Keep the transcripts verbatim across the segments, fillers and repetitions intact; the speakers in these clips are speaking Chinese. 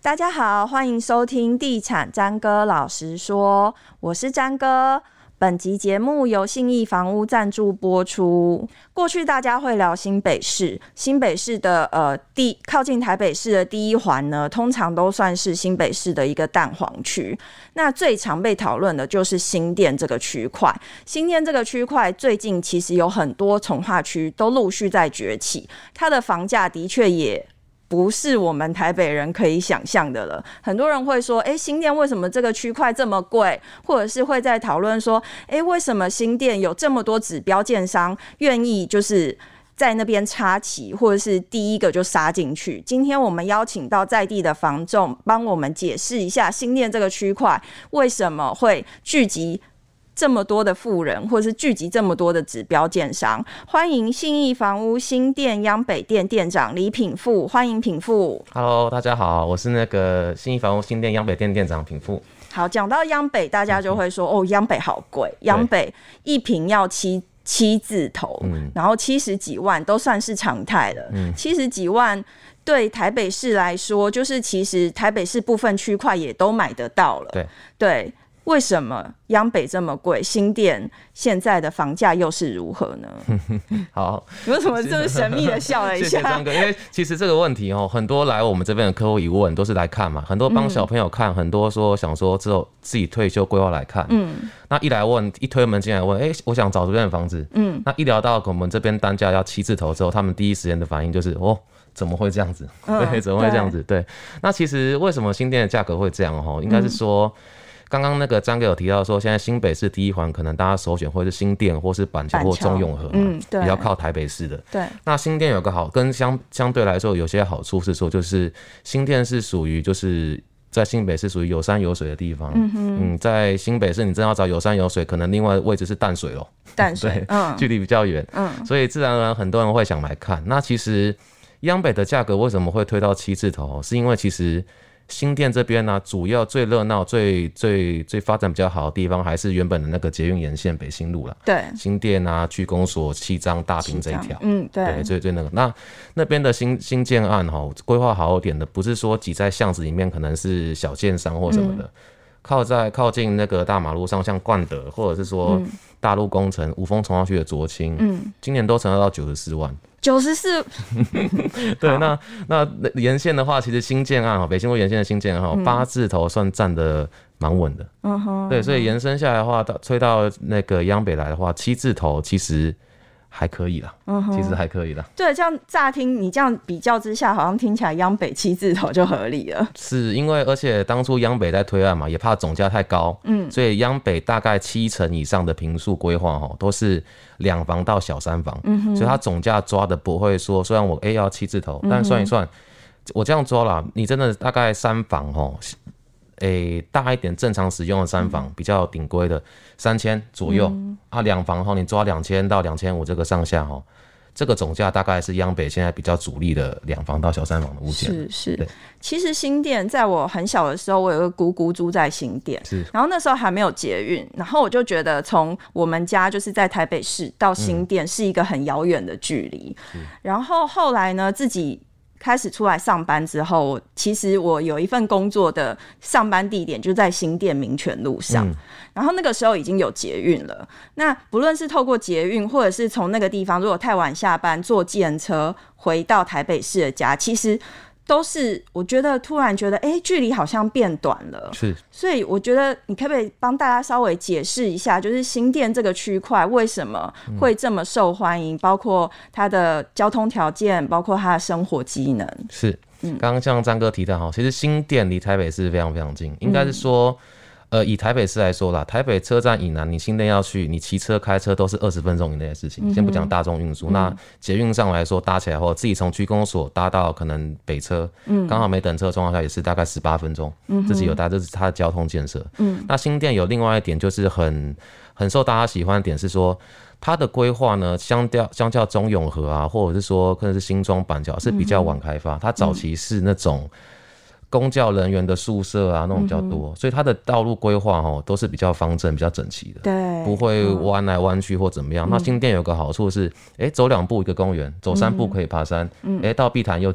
大家好，欢迎收听地产詹哥老实说，我是詹哥。本集节目由信义房屋赞助播出。过去大家会聊新北市，新北市的呃第靠近台北市的第一环呢，通常都算是新北市的一个蛋黄区。那最常被讨论的就是新店这个区块。新店这个区块最近其实有很多从化区都陆续在崛起，它的房价的确也不是我们台北人可以想象的了。很多人会说，哎，新店为什么这个区块这么贵？或者是会在讨论说，哎，为什么新店有这么多指标建商愿意就是在那边插旗，或者是第一个就杀进去？今天我们邀请到在地的房仲帮我们解释一下新店这个区块为什么会聚集这么多的富人，或是聚集这么多的指标建商。欢迎信义房屋新店央北店店长李品富，欢迎品富。 Hello， 大家好，我是那个信义房屋新店央北店店长品富。 好，讲到央北，大家就会说，哦，央北好贵，央北一坪要七七字头，嗯、然后七十几万都算是常态了。嗯、七十几万对台北市来说，就是其实台北市部分区块也都买得到了。对对。为什么央北这么贵？新店现在的房价又是如何呢？ 好， 为什么这么神秘的笑了一下？ 谢谢张哥，因为其实这个问题哦，很多来我们这边的客户一问都是来看嘛，很多帮小朋友看，嗯、很多说想说之后自己退休规划来看。嗯，那一来问，一推门进来问，哎、欸，我想找这边的房子。嗯，那一聊到我们这边单价要七字头之后，他们第一时间的反应就是哦。怎么会这样子？嗯、对，怎么会这样子？对，那其实为什么新店的价格会这样？哦，应该是说。嗯刚刚那个张哥有提到说，现在新北市第一环可能大家首选会是新店或是板桥或中永和嘛，嗯、比较靠台北市的。对，那新店有个好，跟相相对来说有些好处是说，就是新店是属于就是在新北是属于有山有水的地方。嗯哼，嗯，在新北市你真要找有山有水，可能另外位置是淡水咯。淡水，对，嗯、距离比较远，嗯，所以自然而然很多人会想来看。那其实央北的价格为什么会推到七字头？是因为其实。新店这边呢、啊，主要最热闹、最最最发展比较好的地方，还是原本的那个捷运沿线北新路啦。对，新店啊、区公所、七张、大坪这一条，嗯，对，对，最最那个。那那边的新新建案哈，规划好一点的，不是说挤在巷子里面，可能是小建商或什么的，嗯、靠在靠近那个大马路上，像冠德或者是说大陆工程、五峰从化区的卓青，嗯，今年都成交到九十四万。 九十四， 对，那那沿线的话，其实新建案哈，北新路沿线的新建案哈，八、嗯、字头算站的蛮稳的，嗯哼，对，所以延伸下来的话，吹到那个央北来的话，七字头其实还可以啦，嗯哼，其实还可以啦。 对，这样乍听你这样比较之下，好像听起来央北七字头就合理了。 是因为而且当初央北在推案嘛，也怕总价太高，嗯，所以央北大概七成以上的坪数规划哈，都是两房到小三房，嗯、所以它总价抓的不会说，虽然我 A 要七字头，但算一算，嗯、我这样抓啦，你真的大概三房哦。诶、欸，大一点正常使用的三房，嗯、比较顶规的三千左右、嗯、啊，两房哈，你抓两千到两千五这个上下哈，这个总价大概是央北现在比较主力的两房到小三房的物件。 是是，其实新店在我很小的时候，我有个姑姑住在新店，是，然后那时候还没有捷运，然后我就觉得从我们家就是在台北市到新店是一个很遥远的距离、嗯，然后后来呢自己。开始出来上班之后，其实我有一份工作的上班地点就在新店民权路上、嗯、然后那个时候已经有捷运了，那不论是透过捷运或者是从那个地方如果太晚下班坐计程车回到台北市的家，其实都是我觉得突然觉得哎，距离好像变短了，是，所以我觉得你可不可以帮大家稍微解释一下，就是新店这个区块为什么会这么受欢迎、嗯、包括它的交通条件，包括它的生活机能。是， 刚刚像张哥提到，其实新店离台北市非常非常近，应该是说、嗯呃，以台北市来说啦，台北车站以南，你新店要去，你骑车、开车都是二十分钟以内的事情。嗯、先不讲大众运输，嗯、那捷运上来说，搭起来后，自己从区公所搭到可能北车，刚、嗯、好没等车的状况下，也是大概十八分钟。嗯、自己有搭，这是它的交通建设。嗯，那新店有另外一点，就是很很受大家喜欢的点是说，它的规划呢，相较相较中永和啊，或者是说可能是新庄板桥是比较晚开发，它早期是那种。公教人员的宿舍啊，那种比较多，嗯、所以它的道路规划哦都是比较方正、比较整齐的，对，不会弯来弯去或怎么样。嗯、那新店有个好处是，哎、欸，走两步一个公园，走三步可以爬山，哎、嗯欸，到碧潭又近。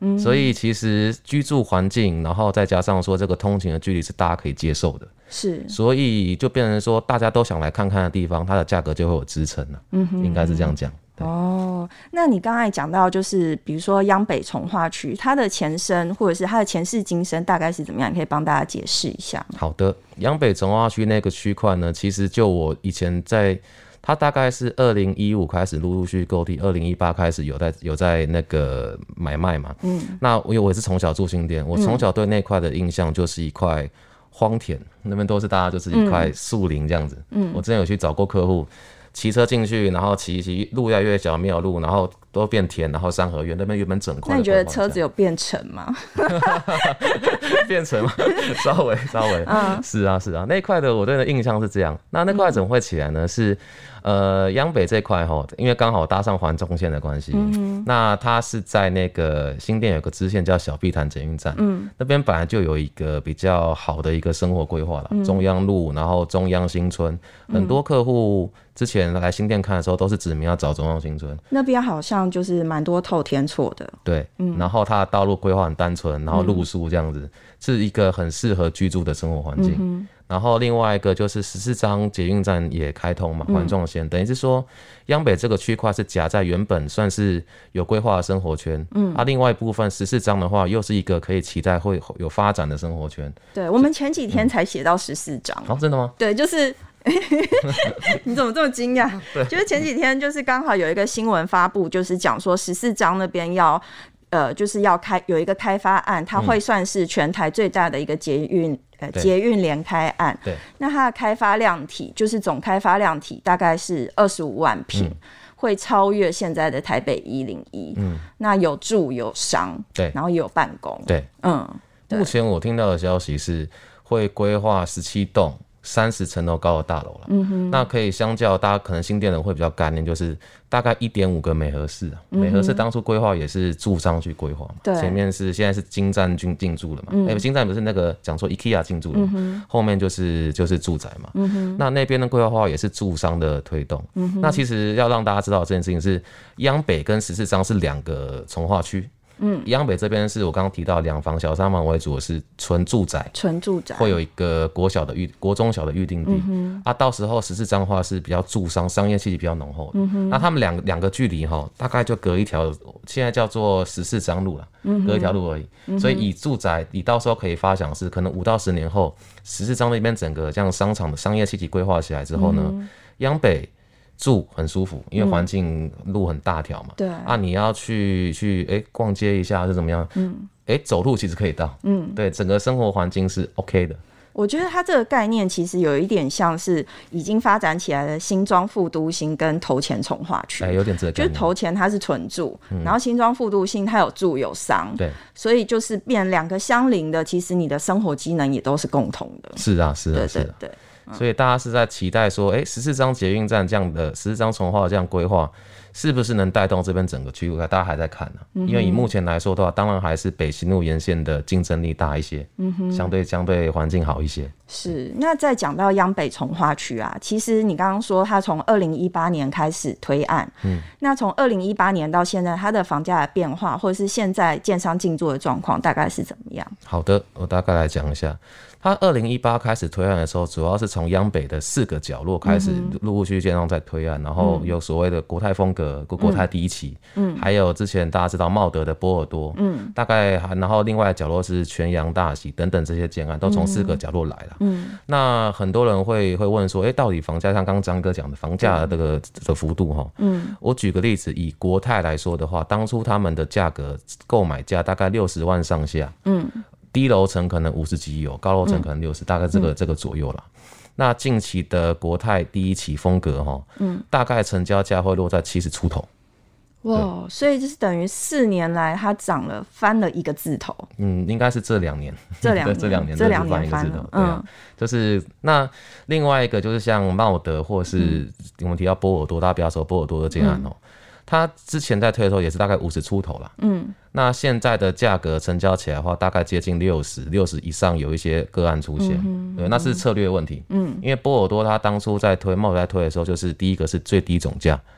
嗯，所以其实居住环境，然后再加上说这个通勤的距离是大家可以接受的， 是， 所以就变成说大家都想来看看的地方，它的价格就会有支撑了。嗯哼，应该是这样讲。 哦，那你刚才讲到就是比如说央北重划区，它的前身或者是它的前世今生大概是怎么样，你可以帮大家解释一下吗？ 好的，央北重划区那个区块呢，其实就我以前在它大概是二零一五开始陆陆续续购地，二零一八开始有在有在那个买卖嘛。嗯，那因为我也是从小住新店，我从小对那块的印象就是一块荒田，那边都是大家就是一块树林这样子。嗯，我之前有去找过客户。骑车进去，然后骑骑路越来越小，没有路，然后都变田，然后三合院那边原本整块。 那你觉得车子有变沉吗？ 变沉吗？稍微稍微、嗯，是啊是啊，那一块的我对的印象是这样。那那块怎么会起来呢？是呃央北这块哈，因为刚好搭上环中线的关系、嗯，那它是在那个新店有个支线叫小碧潭捷运站，嗯，那边本来就有一个比较好的一个生活规划啦、嗯，中央路，然后中央新村，很多客户。之前来新店看的时候，都是指明要找中央新村那边，好像就是蛮多透天厝的。 对、嗯，然后它的道路规划很单纯，然后路树这样子、嗯，是一个很适合居住的生活环境、嗯。然后另外一个就是十四张捷运站也开通嘛，环状线、嗯，等于是说央北这个区块是夹在原本算是有规划的生活圈，嗯，啊，另外一部分十四张的话，又是一个可以期待会有发展的生活圈。 对，我们前几天才写到十四张。 哦，真的吗？ 对，就是。你怎么这么惊讶？就是前几天就是刚好有一个新闻发布，就是讲说十四张那边要呃，就是要开有一个开发案，它会算是全台最大的一个捷运、呃捷运联开案。对，那它的开发量体就是总开发量体大概是二十五万坪、嗯，会超越现在的台北一零一。嗯，那有住有商，对，然后也有办公。对，嗯， 目前我听到的消息是会规划十七栋。三十层楼高的大楼了、嗯，那可以相较大家可能新店人会比较概念，就是大概一点五个美和市、啊嗯、美和市当初规划也是住商去规划嘛，对，前面是现在是金站进进驻了嘛，哎、嗯，金站不是那个讲说 IKEA 进驻了、嗯，后面就是就是住宅嘛，嗯、那那边的规划也是住商的推动、嗯，那其实要让大家知道这件事情是央北跟十四张是两个重划区。嗯，央北这边是我刚刚提到两房小三房为主的是纯住宅， 纯住宅会有一个国小的预国中小的预定地、嗯、啊，到时候十四张的话是比较住商商业气息比较浓厚的、嗯、那他们两两个距离哈，大概就隔一条，现在叫做十四张路了、嗯，隔一条路而已、嗯，所以以住宅，你到时候可以发想是可能五到十年后，十四张那边整个这样商场的商业气息规划起来之后呢，嗯、央北。住很舒服，因为环境路很大条嘛。对、嗯、啊，你要去去哎、欸、逛街一下是怎么样？嗯，哎、欸、走路其实可以到。嗯，对，整个生活环境是 OK 的。 我觉得它这个概念其实有一点像是已经发展起来的新庄副都心跟头前重划区， 哎、欸，有点这个概念。 就是头前它是纯住、嗯，然后新庄副都心它有住有商，对，所以就是变两个相邻的，其实你的生活机能也都是共同的。 是啊，是啊， 对对对。是啊对所以大家是在期待说，哎、欸，十四张捷运站这样的十四张重划这样规划，是不是能带动这边整个区域？大家还在看呢、啊嗯。因为以目前来说的话，当然还是北新路沿线的竞争力大一些，嗯哼，相对相对环境好一些。 是。那再讲到央北重划区啊，其实你刚刚说它从二零一八年开始推案，嗯，那从二零一八年到现在，它的房价的变化，或者是现在建商进驻的状况，大概是怎么样？ 好的，我大概来讲一下。它二零一八开始推案的时候，主要是从央北的四个角落开始陆陆续续建商在推案、嗯，然后有所谓的国泰风格、国泰第一期，嗯，还有之前大家知道茂德的波尔多，嗯，大概然后另外的角落是全阳大喜等等这些建案，都从四个角落来了。嗯，那很多人会会问说，哎、欸，到底房价像刚刚张哥讲的房价的这个的幅度哈，嗯，我举个例子，以国泰来说的话，当初他们的价格购买价大概六十万上下，嗯。低楼层可能五十几有，高楼层可能六十、嗯，大概这个、嗯、这个左右啦。那近期的国泰第一期风格哈，嗯，大概成交价会落在七十出头。 哇，所以就是等于四年来它涨了翻了一个字头。 嗯，应该是这两年， 这两年， 这两年， 这两年翻一个字头。 对啊、嗯，就是那另外一个就是像茂德或是我们提到波尔多，大家不要说波尔多的建案哦。嗯，他之前在推的时候也是大概五十出头啦，嗯，那现在的价格成交起来的话，大概接近六十，六十以上有一些个案出现，嗯、对，那是策略问题，嗯，因为波尔多他当初在推，茂德在推的时候，就是第一个是最低总价，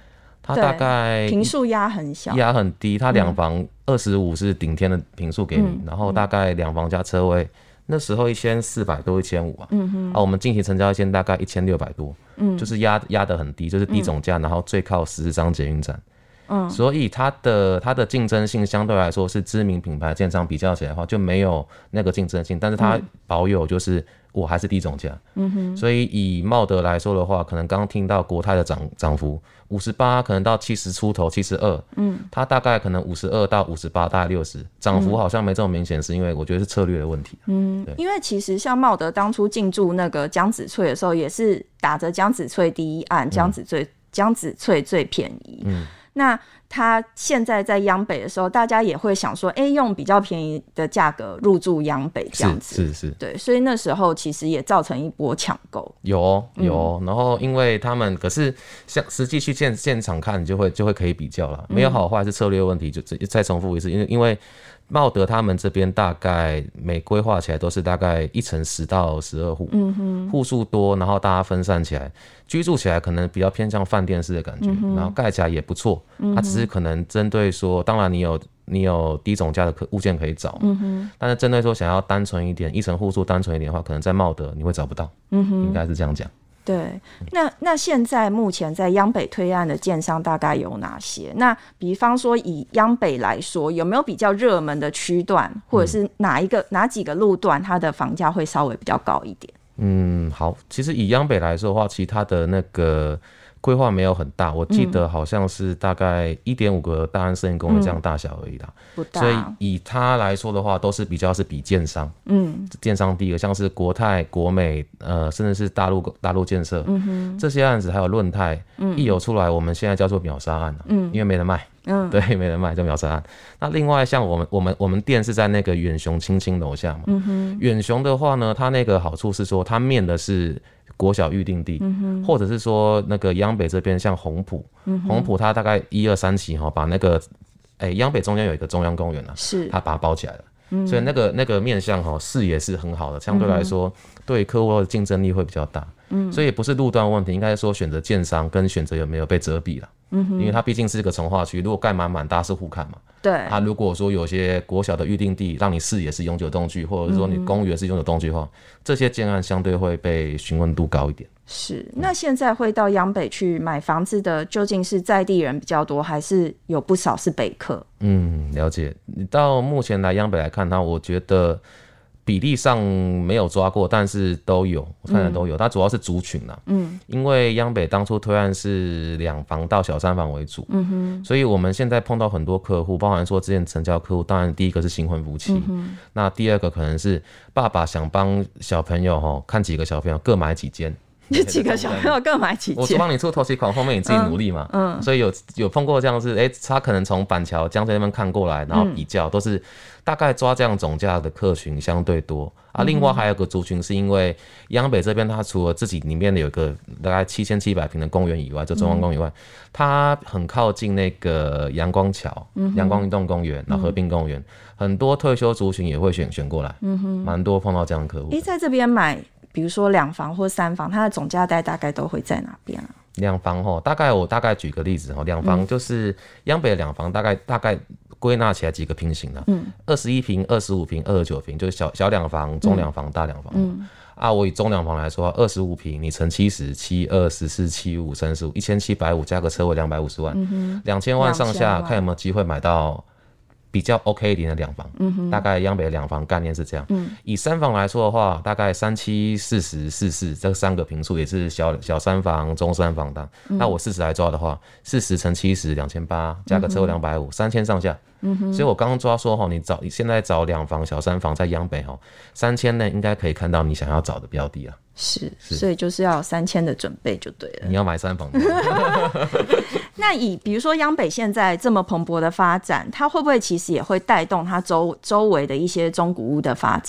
它大概坪数压很小， 压很低，它两房二十五是顶天的坪数给你，嗯、然后大概两房加车位，那时候一千四百多一千五啊，嗯哼，啊，我们近期成交一间大概一千六百多，嗯，就是压压得很低，就是低总价，嗯、然后最靠十张捷运站。嗯，所以它的它的竞争性相对来说是知名品牌建商比较起来的话就没有那个竞争性，但是它保有就是我还是低总价，嗯哼，所以以茂德来说的话，可能刚刚听到国泰的涨涨幅五十八，可能到七十出头，七十二，嗯，它大概可能五十二到五十八，大概六十，涨幅好像没这么明显，是因为我觉得是策略的问题， 嗯，因为其实像茂德当初进驻那个江子翠的时候，也是打着江子翠第一案，江子翠、嗯、江子翠最便宜，嗯。那他现在在央北的时候，大家也会想说，哎、欸，用比较便宜的价格入驻央北这样子， 是是是， 对，所以那时候其实也造成一波抢购， 有有、嗯，然后因为他们可是像实际去现现场看，你就会就会可以比较了，没有好坏是策略问题，就再重复一次，因为因为茂德他们这边大概每规划起来都是大概一层十到十二户，嗯哼，户数多，然后大家分散起来，居住起来可能比较偏向饭店式的感觉，嗯、然后盖起来也不错，它只是可能针对说，当然你有你有低总价的物件可以找，嗯哼，但是针对说想要单纯一点，一层户数单纯一点的话，可能在茂德你会找不到，嗯哼，应该是这样讲。 对，那那现在目前在央北推案的建商大概有哪些？那比方说以央北来说，有没有比较热门的区段，或者是哪一个、嗯、哪几个路段，它的房价会稍微比较高一点？ 嗯，好，其实以央北来说的话，其实它的那个规划没有很大，我记得好像是大概 一点五 个大安森林公园这样大小而已啦、嗯，不大。所以以它来说的话，都是比较是比建商，嗯，建商第一个像是国泰、国美，呃，甚至是大陆大陆建设，嗯哼，这些案子还有润泰，嗯，一有出来，我们现在叫做秒杀案、啊、嗯，因为没人卖。嗯，对，没人卖就秒杀案。那另外像我们我们我们店是在那个远雄青青楼下嘛，嗯哼，远雄的话呢，它那个好处是说它面的是国小预定地，嗯、或者是说那个央北这边像红埔，嗯、红埔它大概一二三期哈，把那个哎央北中间有一个中央公园啊，是它把它包起来了。嗯、所以那个那个面向哈视野是很好的，相对来说、嗯、对客户的竞争力会比较大。嗯，所以不是路段问题，应该是说选择建商跟选择有没有被遮蔽了。嗯哼，因为它毕竟是一个从化区，如果盖满满，大家是互看嘛。对。啊，如果说有些国小的预定地，让你视野是永久动距，或者是说你公园是永久动距的话、嗯，这些建案相对会被询问度高一点。 是。那现在会到央北去买房子的，究竟是在地人比较多，还是有不少是北客？嗯， 了解。你到目前来央北来看它，我觉得比例上没有抓过，但是都有，我看的都有。它、嗯、主要是族群啦，嗯，因为央北当初推案是两房到小三房为主，嗯哼，所以我们现在碰到很多客户，包含说之前成交客户，当然第一个是新婚夫妻、嗯，那第二个可能是爸爸想帮小朋友哈，看几个小朋友各买几间。 你几个小朋友各买几间， 我帮你出头期款，后面你自己努力嘛。嗯，嗯所以有有碰过这样是，哎、欸，他可能从板桥、江水那边看过来，然后比较、嗯、都是大概抓这样总价的客群相对多啊。另外还有个族群是因为央北这边，它除了自己里面有一个大概七千七百坪的公园以外，就中央公园以外，它很靠近那个阳光桥、阳、嗯、光运动公园，然后河滨公园、嗯，很多退休族群也会选选过来，嗯哼，蛮多碰到这样的客户。 哎、欸，在这边买。比如说两房或三房，它的总价带大概都会在哪边啊？ 两房吼，大概我大概举个例子吼，两房就是央北的两房，大概大概归纳起来几个坪型啊，嗯，二十一坪、二十五坪、二十九坪，就是小小两房、中两房、大两房。嗯，啊，我以中两房来说，二十五坪，你乘七十，七二十四七五三十五，一千七百五加个车位两百五十万，两、嗯、千万上下，看有没有机会买到比较 OK 一点的两房、嗯，大概央北的两房概念是这样、嗯。以三房来说的话，大概三七四十四四这三个坪数也是小小三房、中三房的、嗯。那我四十来抓的话，四十乘七十两千八，加个车位两百五，三千上下。嗯、所以我刚刚抓说哈，你找你现在找两房、小三房在央北哈，三千呢应该可以看到你想要找的标的啊。 是，所以就是要三千的准备就对了。 你要买三房的。 那以比如说央北现在这么蓬勃的发展，它会不会其实也会带动它周周围的一些中古屋的发展？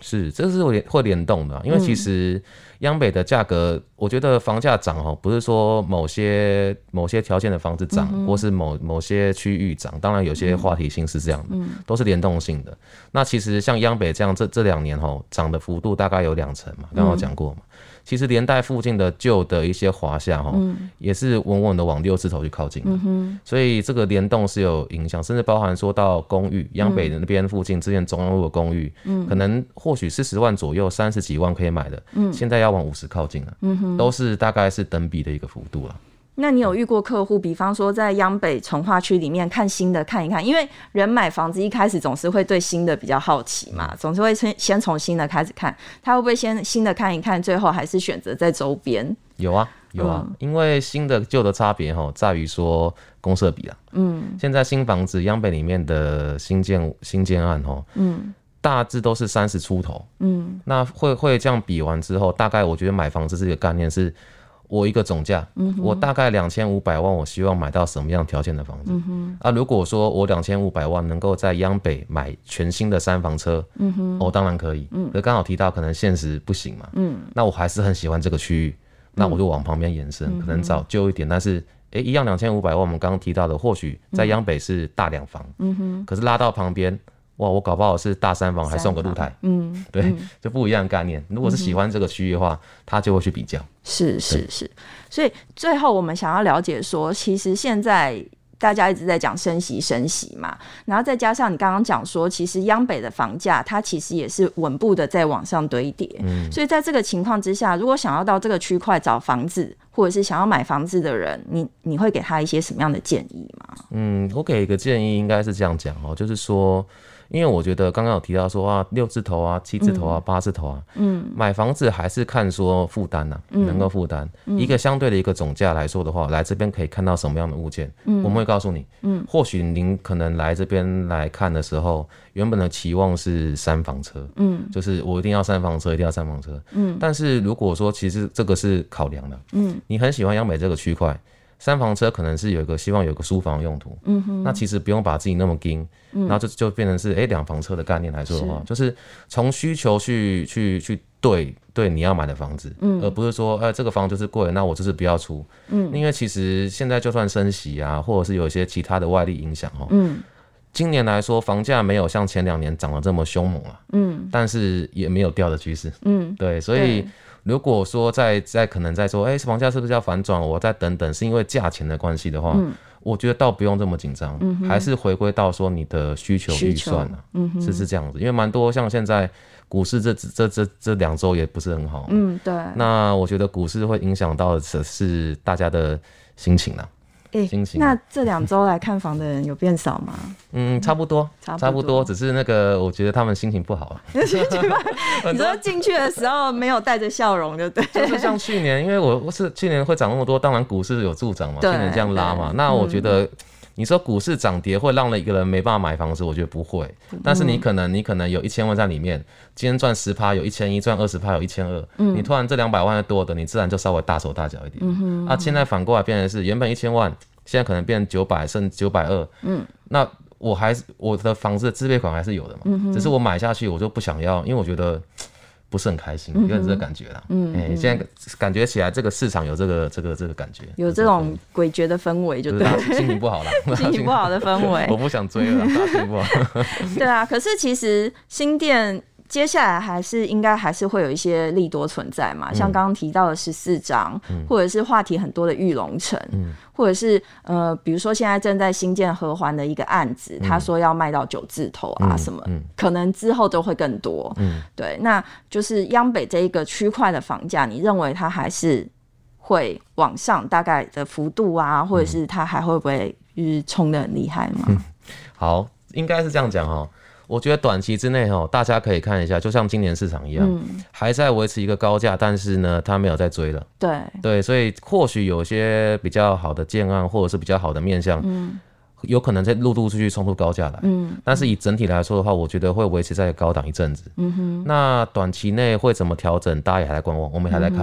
是，这是会会联动的、啊，因为其实央北的价格，我觉得房价涨哦，不是说某些某些条件的房子涨，嗯、或是某某些区域涨，当然有些话题性是这样的，嗯、都是联动性的。那其实像央北这样，这这两年哦涨的幅度大概有两成嘛，刚刚有讲过嘛。其实连带附近的旧的一些华夏哈，嗯、也是稳稳的往六字头去靠近的，嗯、所以这个联动是有影响，甚至包含说到公寓，央北的那边附近之前中央路的公寓，嗯、可能或许四十万左右，三十几万可以买的，嗯、现在要往五十靠近了，嗯、都是大概是等比的一个幅度了。 那你有遇过客户，比方说在央北重划区里面看新的看一看，因为人买房子一开始总是会对新的比较好奇嘛，总是会先从新的开始看，他会不会先新的看一看，最后还是选择在周边？ 有啊有啊，嗯、因为新的旧的差别在于说公设比啦。嗯，现在新房子央北里面的新建新建案嗯。大致都是三十出头，嗯，那会会这样比完之后，大概我觉得买房子这个概念是。我一个总价，嗯、我大概两千五百万，我希望买到什么样条件的房子？嗯、啊，如果说我两千五百万能够在央北买全新的三房车，嗯、哦，当然可以。嗯，可刚好提到可能现实不行嘛，嗯，那我还是很喜欢这个区域，那我就往旁边延伸，嗯、可能找旧一点，但是哎，一样两千五百万，我们刚刚提到的，或许在央北是大两房，嗯、可是拉到旁边。哇，我搞不好是大三房还送个露台，嗯，对，嗯、就不一样的概念。如果是喜欢这个区域的话，嗯、他就会去比较。 是是是，所以最后我们想要了解说，其实现在大家一直在讲升息升息嘛，然后再加上你刚刚讲说，其实央北的房价它其实也是稳步的在往上堆叠，嗯，所以在这个情况之下，如果想要到这个区块找房子，或者是想要买房子的人，你你会给他一些什么样的建议吗？ 嗯，我给一个建议应该是这样讲哦，就是说。因为我觉得刚刚有提到说啊，六字头啊、七字头啊、八字头啊，嗯，买房子还是看说负担呐，嗯、能够负担、嗯、一个相对的一个总价来说的话，来这边可以看到什么样的物件，嗯、我们会告诉你，嗯，或许您可能来这边来看的时候，原本的期望是三房车，嗯，就是我一定要三房车，一定要三房车，嗯，但是如果说其实这个是考量的，嗯，你很喜欢央北这个区块。三房车可能是有一个希望有一个书房用途，嗯哼，那其实不用把自己那么紧，嗯，然后就就变成是哎两房车的概念来说的话，是就是从需求去去去对对你要买的房子，嗯，而不是说哎这个房就是贵，那我就是不要出，嗯，因为其实现在就算升息啊，或者是有一些其他的外力影响哦，嗯，今年来说房价没有像前两年涨得这么凶猛啊，嗯，但是也没有掉的趋势，嗯，对，所以。如果说在在可能在说，哎、欸，房价是不是要反转？我再等等，是因为价钱的关系的话，嗯、我觉得倒不用这么紧张，嗯、还是回归到说你的需求预算啊，嗯、是是这样子。因为蛮多像现在股市这这这这两周也不是很好，嗯，对。那我觉得股市会影响到的是大家的心情啦。欸、 那这两周来看房的人有变少吗？ 嗯，差不多，差不 多, 差不多，只是那个我觉得他们心情不好了。 心情不好，你说进去的时候没有带着笑容，就对。 就是像去年，因为我是去年会涨那么多，当然股市有助涨嘛，去年这样拉嘛。那我觉得。嗯你说股市涨跌会让了一个人没办法买房子，我觉得不会。但是你可能你可能有一千万在里面，今天赚十趴有一千一，赚二十趴有一千二，你突然这两百万多的，你自然就稍微大手大脚一点。嗯、啊，现在反过来变成是原本一千万，现在可能变九百甚至九百二。嗯，那我还是我的房子的自备款还是有的嘛，嗯、只是我买下去我就不想要，因为我觉得。不是很开心，有点这个感觉啦。嗯，哎、欸，现在感觉起来这个市场有这个这个这个感觉， 有这种诡谲的氛围，就对了。 心情不好啦， 心情不好的氛围。 我不想追了，心情不好。 对啊，可是其实新店接下来还是应该还是会有一些利多存在嘛，嗯、像刚刚提到的十四章，嗯、或者是话题很多的玉龙城，嗯、或者是呃，比如说现在正在新建合环的一个案子，嗯、他说要卖到九字头啊，嗯、什么，嗯、可能之后都会更多。嗯，对，那就是央北这一个区块的房价，你认为它还是会往上大概的幅度啊，或者是它还会不会就是冲得很厉害吗？ 嗯，好，应该是这样讲哈。我觉得短期之内大家可以看一下，就像今年市场一样，嗯、还在维持一个高价，但是呢，它没有在追了。 对对，所以或许有些比较好的建案，或者是比较好的面向，嗯、有可能在陆陆续续冲出高价来。嗯，但是以整体来说的话，我觉得会维持在高档一阵子。嗯哼，那短期内会怎么调整，大家也还在观望，我们还在看。嗯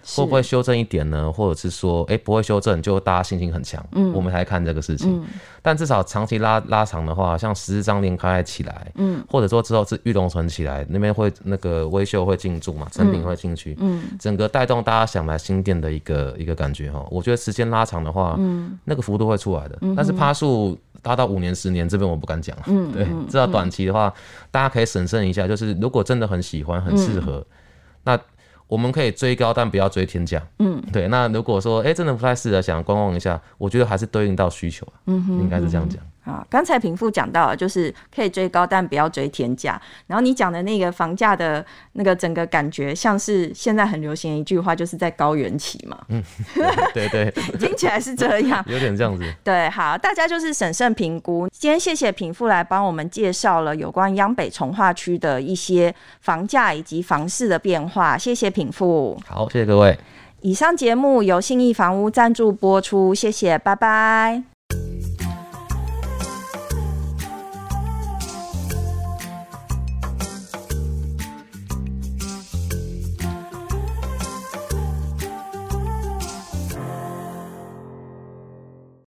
会不会修正一点呢？或者是说，哎、欸，不会修正，就大家信心很强，嗯，我们才看这个事情。嗯、但至少长期拉拉长的话，像十日张连开起来，嗯，或者说之后是玉龙城起来，那边会那个微秀会进驻嘛，成品会进去，嗯，整个带动大家想来新店的一个一个感觉哈。我觉得时间拉长的话，嗯，那个幅度会出来的。嗯、但是趴数达到五年、十年，这边我不敢讲，嗯，对，至少短期的话，大家可以审慎一下，就是如果真的很喜欢、很适合，嗯、那我们可以追高，但不要追天价。嗯，对。那如果说，哎、欸，真的不太适合，想观望一下，我觉得还是对应到需求，嗯哼，应该是这样讲。 啊，刚才平富讲到了，就是可以追高，但不要追天价。然后你讲的那个房价的那个整个感觉，像是现在很流行的一句话，就是在高原期嘛。嗯， 对对对， 听起来是这样， 有点这样子。 对，好，大家就是审慎评估。今天谢谢平富来帮我们介绍了有关央北重划区的一些房价以及房市的变化，谢谢平富。 好，谢谢各位。 以上节目由信义房屋赞助播出，谢谢，拜拜。